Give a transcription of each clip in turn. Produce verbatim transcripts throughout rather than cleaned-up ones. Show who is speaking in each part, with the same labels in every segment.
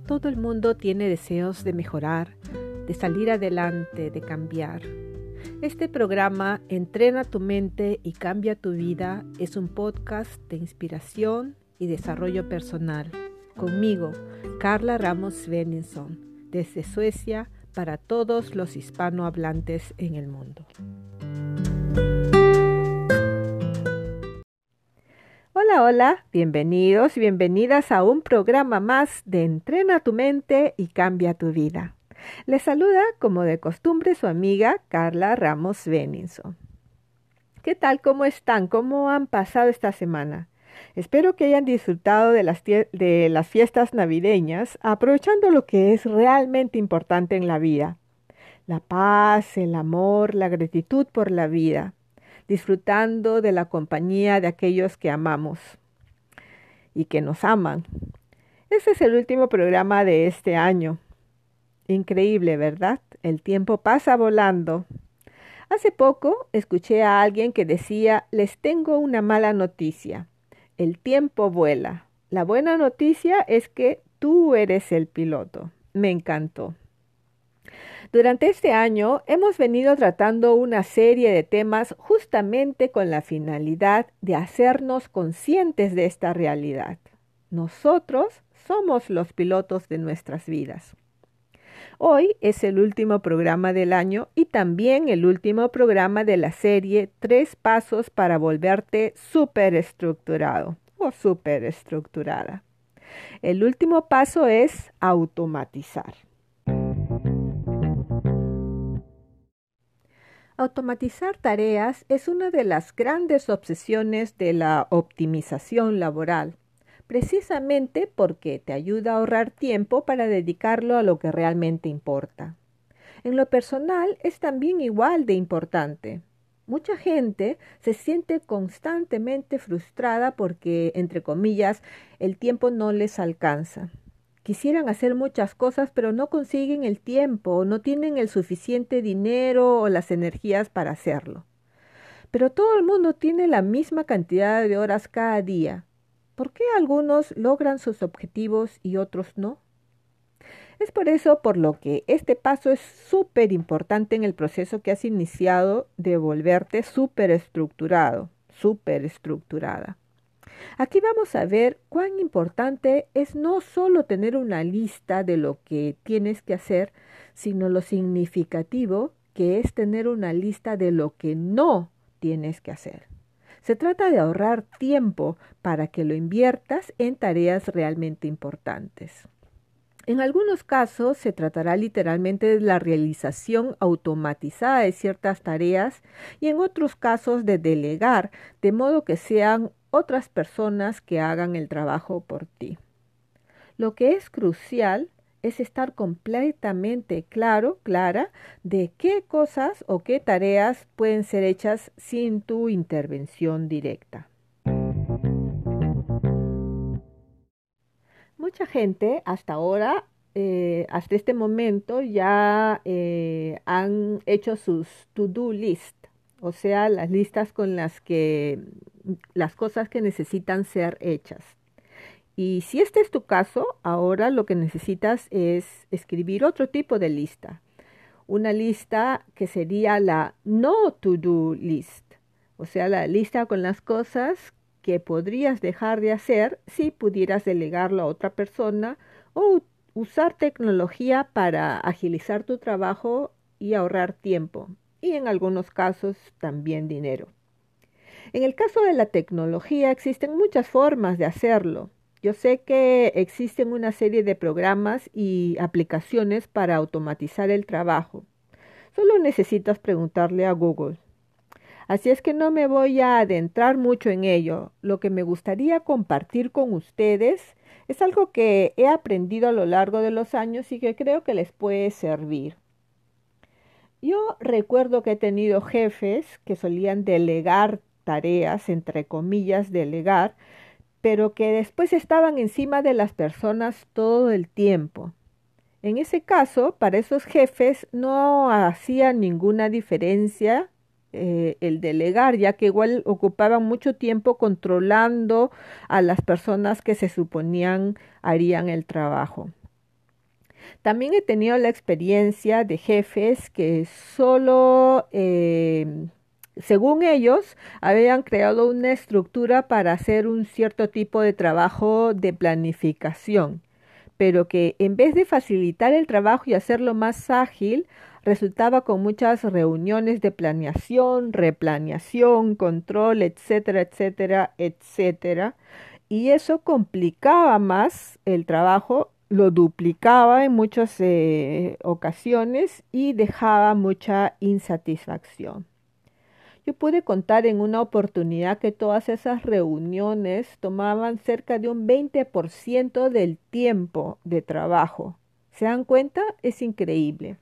Speaker 1: Todo el mundo tiene deseos de mejorar, de salir adelante, de cambiar. Este programa Entrena tu mente y cambia tu vida es un podcast de inspiración y desarrollo personal. Conmigo, Carla Ramos Svenningsson, desde Suecia para todos los hispanohablantes en el mundo. Hola, hola, bienvenidos y bienvenidas a un programa más de Entrena tu mente y cambia tu vida. Les saluda, como de costumbre, su amiga Carla Ramos Svenningsson. ¿Qué tal? ¿Cómo están? ¿Cómo han pasado esta semana? Espero que hayan disfrutado de las, de las fiestas navideñas, aprovechando lo que es realmente importante en la vida. La paz, el amor, la gratitud por la vida, disfrutando de la compañía de aquellos que amamos y que nos aman. Este es el último programa de este año. Increíble, ¿verdad? El tiempo pasa volando. Hace poco escuché a alguien que decía, les tengo una mala noticia. El tiempo vuela. La buena noticia es que tú eres el piloto. Me encantó. Durante este año hemos venido tratando una serie de temas justamente con la finalidad de hacernos conscientes de esta realidad. Nosotros somos los pilotos de nuestras vidas. Hoy es el último programa del año y también el último programa de la serie Tres Pasos para Volverte Superestructurado o Superestructurada. El último paso es automatizar. Automatizar tareas es una de las grandes obsesiones de la optimización laboral, precisamente porque te ayuda a ahorrar tiempo para dedicarlo a lo que realmente importa. En lo personal es también igual de importante. Mucha gente se siente constantemente frustrada porque, entre comillas, el tiempo no les alcanza. Quisieran hacer muchas cosas, pero no consiguen el tiempo, no tienen el suficiente dinero o las energías para hacerlo. Pero todo el mundo tiene la misma cantidad de horas cada día. ¿Por qué algunos logran sus objetivos y otros no? Es por eso por lo que este paso es súper importante en el proceso que has iniciado de volverte súper estructurado, súper estructurada. Aquí vamos a ver cuán importante es no solo tener una lista de lo que tienes que hacer, sino lo significativo que es tener una lista de lo que no tienes que hacer. Se trata de ahorrar tiempo para que lo inviertas en tareas realmente importantes. En algunos casos se tratará literalmente de la realización automatizada de ciertas tareas y en otros casos de delegar, de modo que sean otras personas que hagan el trabajo por ti. Lo que es crucial es estar completamente claro, clara, de qué cosas o qué tareas pueden ser hechas sin tu intervención directa. Mucha gente hasta ahora, eh, hasta este momento, ya eh, han hecho sus to-do list, o sea, las listas con las que, las cosas que necesitan ser hechas. Y si este es tu caso, ahora lo que necesitas es escribir otro tipo de lista. Una lista que sería la no to-do list, o sea, la lista con las cosas que podrías dejar de hacer si pudieras delegarlo a otra persona o usar tecnología para agilizar tu trabajo y ahorrar tiempo, y en algunos casos también dinero. En el caso de la tecnología existen muchas formas de hacerlo. Yo sé que existen una serie de programas y aplicaciones para automatizar el trabajo. Solo necesitas preguntarle a Google. Así es que no me voy a adentrar mucho en ello. Lo que me gustaría compartir con ustedes es algo que he aprendido a lo largo de los años y que creo que les puede servir. Yo recuerdo que he tenido jefes que solían delegar tareas, entre comillas, delegar, pero que después estaban encima de las personas todo el tiempo. En ese caso, para esos jefes no hacía ninguna diferencia eh, el delegar, ya que igual ocupaban mucho tiempo controlando a las personas que se suponían harían el trabajo. También he tenido la experiencia de jefes que solo, eh, según ellos, habían creado una estructura para hacer un cierto tipo de trabajo de planificación, pero que en vez de facilitar el trabajo y hacerlo más ágil, resultaba con muchas reuniones de planeación, replaneación, control, etcétera, etcétera, etcétera. Y eso complicaba más el trabajo, lo duplicaba en muchas eh, ocasiones y dejaba mucha insatisfacción. Yo pude contar en una oportunidad que todas esas reuniones tomaban cerca de un veinte por ciento del tiempo de trabajo. ¿Se dan cuenta? Es increíble.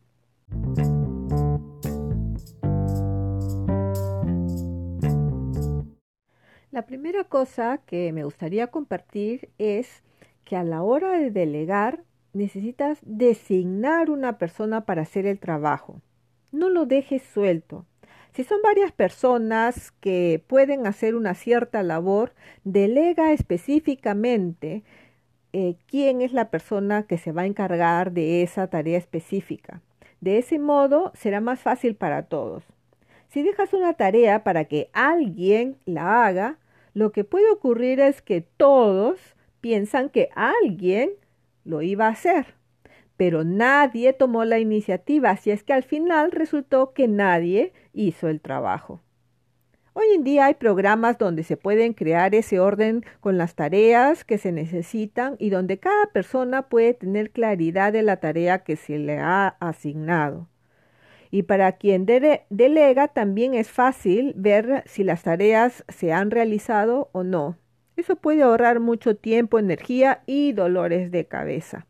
Speaker 1: La primera cosa que me gustaría compartir es que a la hora de delegar necesitas designar una persona para hacer el trabajo. No lo dejes suelto. Si son varias personas que pueden hacer una cierta labor, delega específicamente eh, quién es la persona que se va a encargar de esa tarea específica. De ese modo será más fácil para todos. Si dejas una tarea para que alguien la haga, lo que puede ocurrir es que todos piensan que alguien lo iba a hacer, pero nadie tomó la iniciativa, así es que al final resultó que nadie hizo el trabajo. Hoy en día hay programas donde se pueden crear ese orden con las tareas que se necesitan y donde cada persona puede tener claridad de la tarea que se le ha asignado. Y para quien dele- delega también es fácil ver si las tareas se han realizado o no. Eso puede ahorrar mucho tiempo, energía y dolores de cabeza.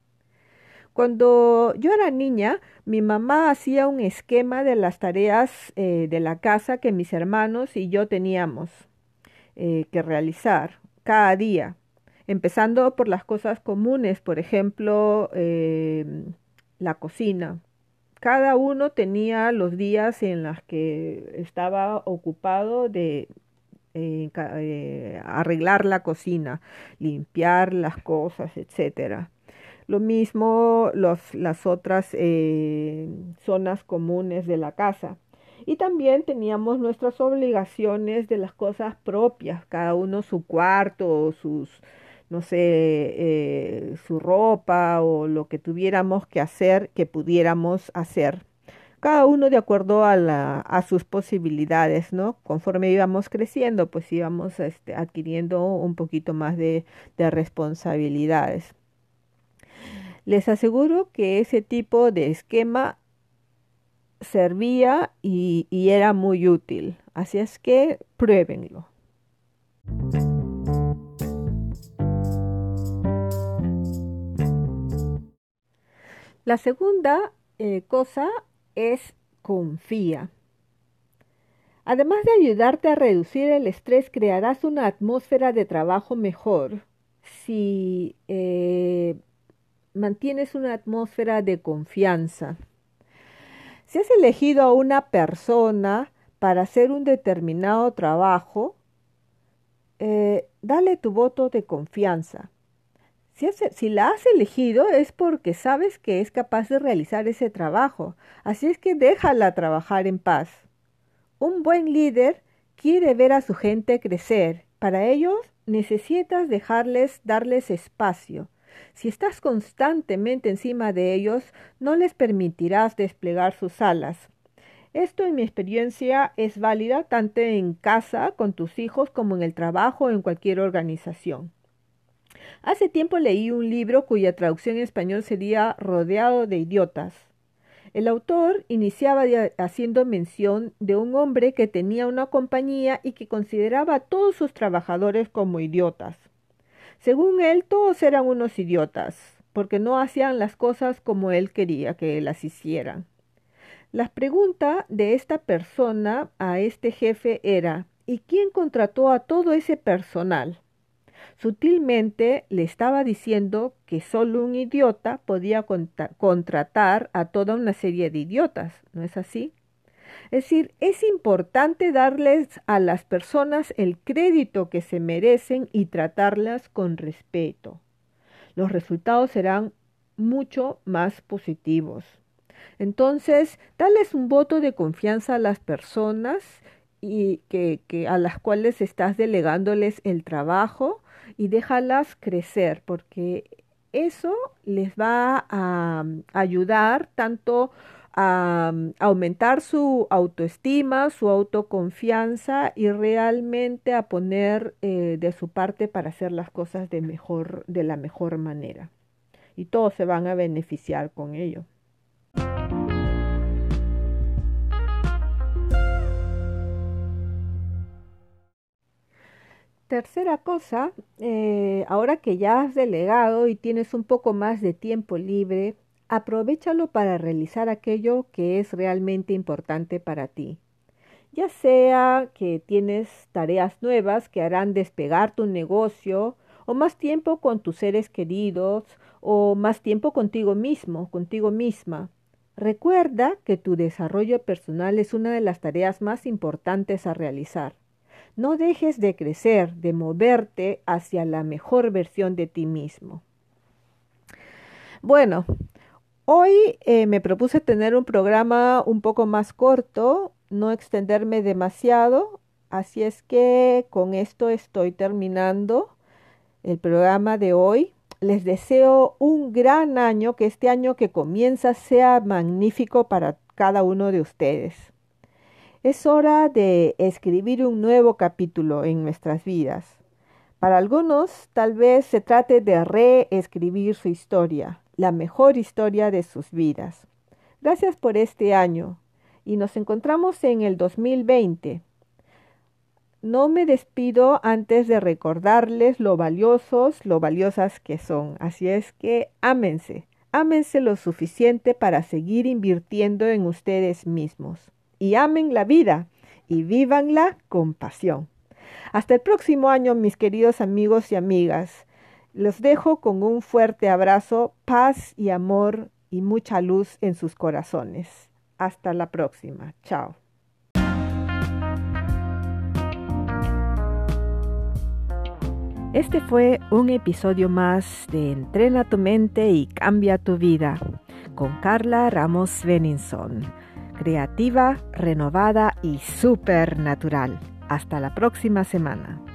Speaker 1: Cuando yo era niña, mi mamá hacía un esquema de las tareas eh, de la casa que mis hermanos y yo teníamos eh, que realizar cada día, empezando por las cosas comunes, por ejemplo, eh, la cocina. Cada uno tenía los días en los que estaba ocupado de eh, ca- eh, arreglar la cocina, limpiar las cosas, etcétera. Lo mismo los, las otras eh, zonas comunes de la casa. Y también teníamos nuestras obligaciones de las cosas propias, cada uno su cuarto, sus, no sé, eh, su ropa o lo que tuviéramos que hacer, que pudiéramos hacer. Cada uno de acuerdo a, la, a sus posibilidades, ¿no? Conforme íbamos creciendo, pues íbamos este, adquiriendo un poquito más de, de responsabilidades. Les aseguro que ese tipo de esquema servía y, y era muy útil. Así es que pruébenlo. La segunda eh, cosa es confía. Además de ayudarte a reducir el estrés, crearás una atmósfera de trabajo mejor si eh, mantienes una atmósfera de confianza. Si has elegido a una persona para hacer un determinado trabajo, eh, dale tu voto de confianza. Si, has- si la has elegido es porque sabes que es capaz de realizar ese trabajo, así es que déjala trabajar en paz. Un buen líder quiere ver a su gente crecer. Para ello necesitas dejarles, darles espacio. Si estás constantemente encima de ellos, no les permitirás desplegar sus alas. Esto en mi experiencia es válida tanto en casa con tus hijos como en el trabajo o en cualquier organización. Hace tiempo leí un libro cuya traducción en español sería Rodeado de idiotas. El autor iniciaba de- haciendo mención de un hombre que tenía una compañía y que consideraba a todos sus trabajadores como idiotas. Según él, todos eran unos idiotas, porque no hacían las cosas como él quería que las hicieran. La pregunta de esta persona a este jefe era, ¿y quién contrató a todo ese personal? Sutilmente le estaba diciendo que solo un idiota podía conta- contratar a toda una serie de idiotas, ¿no es así? Es decir, es importante darles a las personas el crédito que se merecen y tratarlas con respeto. Los resultados serán mucho más positivos. Entonces, dales un voto de confianza a las personas y que, que a las cuales estás delegándoles el trabajo y déjalas crecer, porque eso les va a mm, ayudar tanto a mm, aumentar su autoestima, su autoconfianza y realmente a poner eh, de su parte para hacer las cosas de mejor, de la mejor manera. Y todos se van a beneficiar con ello. Tercera cosa, eh, ahora que ya has delegado y tienes un poco más de tiempo libre, aprovéchalo para realizar aquello que es realmente importante para ti. Ya sea que tienes tareas nuevas que harán despegar tu negocio, o más tiempo con tus seres queridos, o más tiempo contigo mismo, contigo misma. Recuerda que tu desarrollo personal es una de las tareas más importantes a realizar. No dejes de crecer, de moverte hacia la mejor versión de ti mismo. Bueno, hoy eh, me propuse tener un programa un poco más corto, no extenderme demasiado, así es que con esto estoy terminando el programa de hoy. Les deseo un gran año, que este año que comienza sea magnífico para cada uno de ustedes. Es hora de escribir un nuevo capítulo en nuestras vidas. Para algunos, tal vez se trate de reescribir su historia, la mejor historia de sus vidas. Gracias por este año y nos encontramos en el dos mil veinte. No me despido antes de recordarles lo valiosos, lo valiosas que son. Así es que ámense, ámense lo suficiente para seguir invirtiendo en ustedes mismos. Y amen la vida y vívanla con pasión. Hasta el próximo año, mis queridos amigos y amigas. Los dejo con un fuerte abrazo, paz y amor y mucha luz en sus corazones. Hasta la próxima. Chao. Este fue un episodio más de Entrena tu mente y cambia tu vida con Carla Ramos Benninson. Creativa, renovada y supernatural. Hasta la próxima semana.